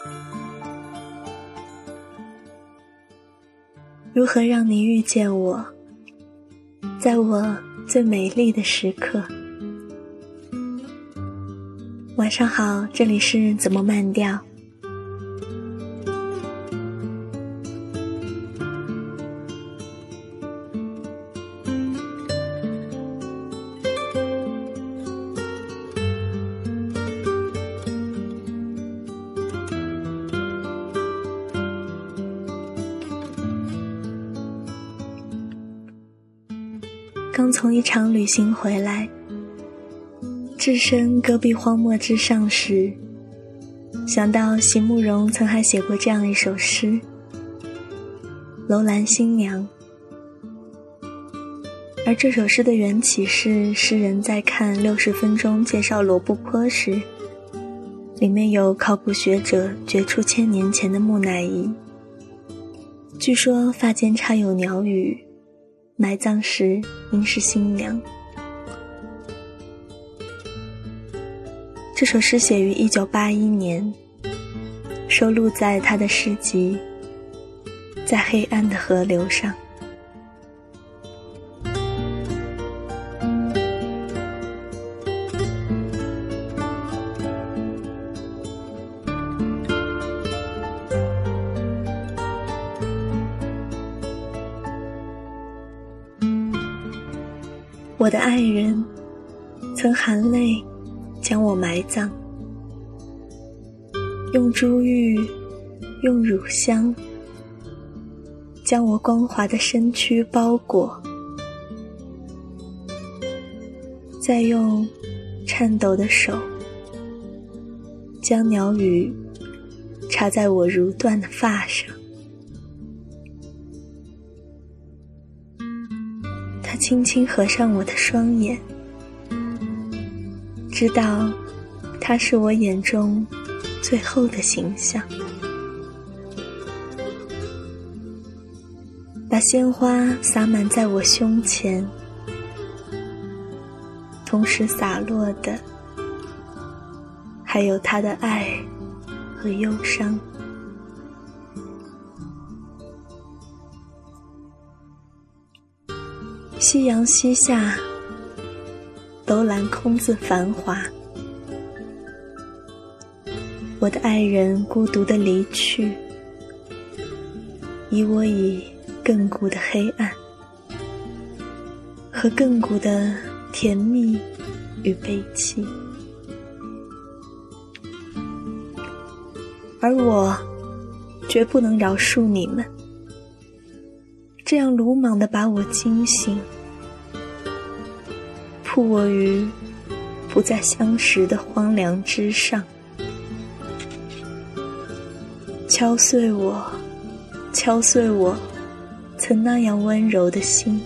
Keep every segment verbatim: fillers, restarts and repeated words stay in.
如何让你遇见我，在我最美丽的时刻。晚上好，这里是怎么慢调。刚从一场旅行回来，置身戈壁荒漠之上时，想到席慕容曾还写过这样一首诗：楼兰新娘。而这首诗的缘起是诗人在看六十分钟介绍罗布泊时，里面有考古学者掘出千年前的木乃伊，据说发间插有鸟语，埋葬时应是新娘。这首诗写于一九八一年，收录在他的诗集《在黑暗的河流上》。我的爱人曾含泪将我埋葬，用珠玉，用乳香，将我光滑的身躯包裹，再用颤抖的手将鸟语插在我如缎的发上。他轻轻合上我的双眼，知道他是我眼中最后的形象。把鲜花洒满在我胸前，同时洒落的还有他的爱和忧伤。夕阳西下，楼兰空自繁华。我的爱人孤独地离去，以我以亘古的黑暗和亘古的甜蜜与悲戚。而我绝不能饶恕你们，这样鲁莽地把我惊醒，扑我于不再相识的荒凉之上，敲碎我，敲碎我曾那样温柔的心。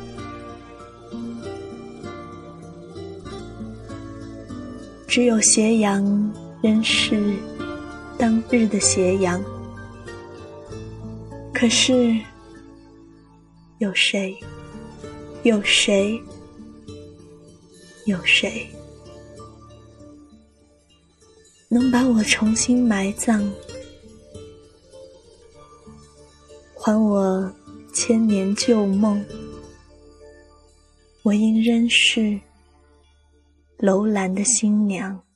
只有斜阳仍是当日的斜阳，可是有谁有谁有谁能把我重新埋葬，还我千年旧梦？我应仍是楼兰的新娘。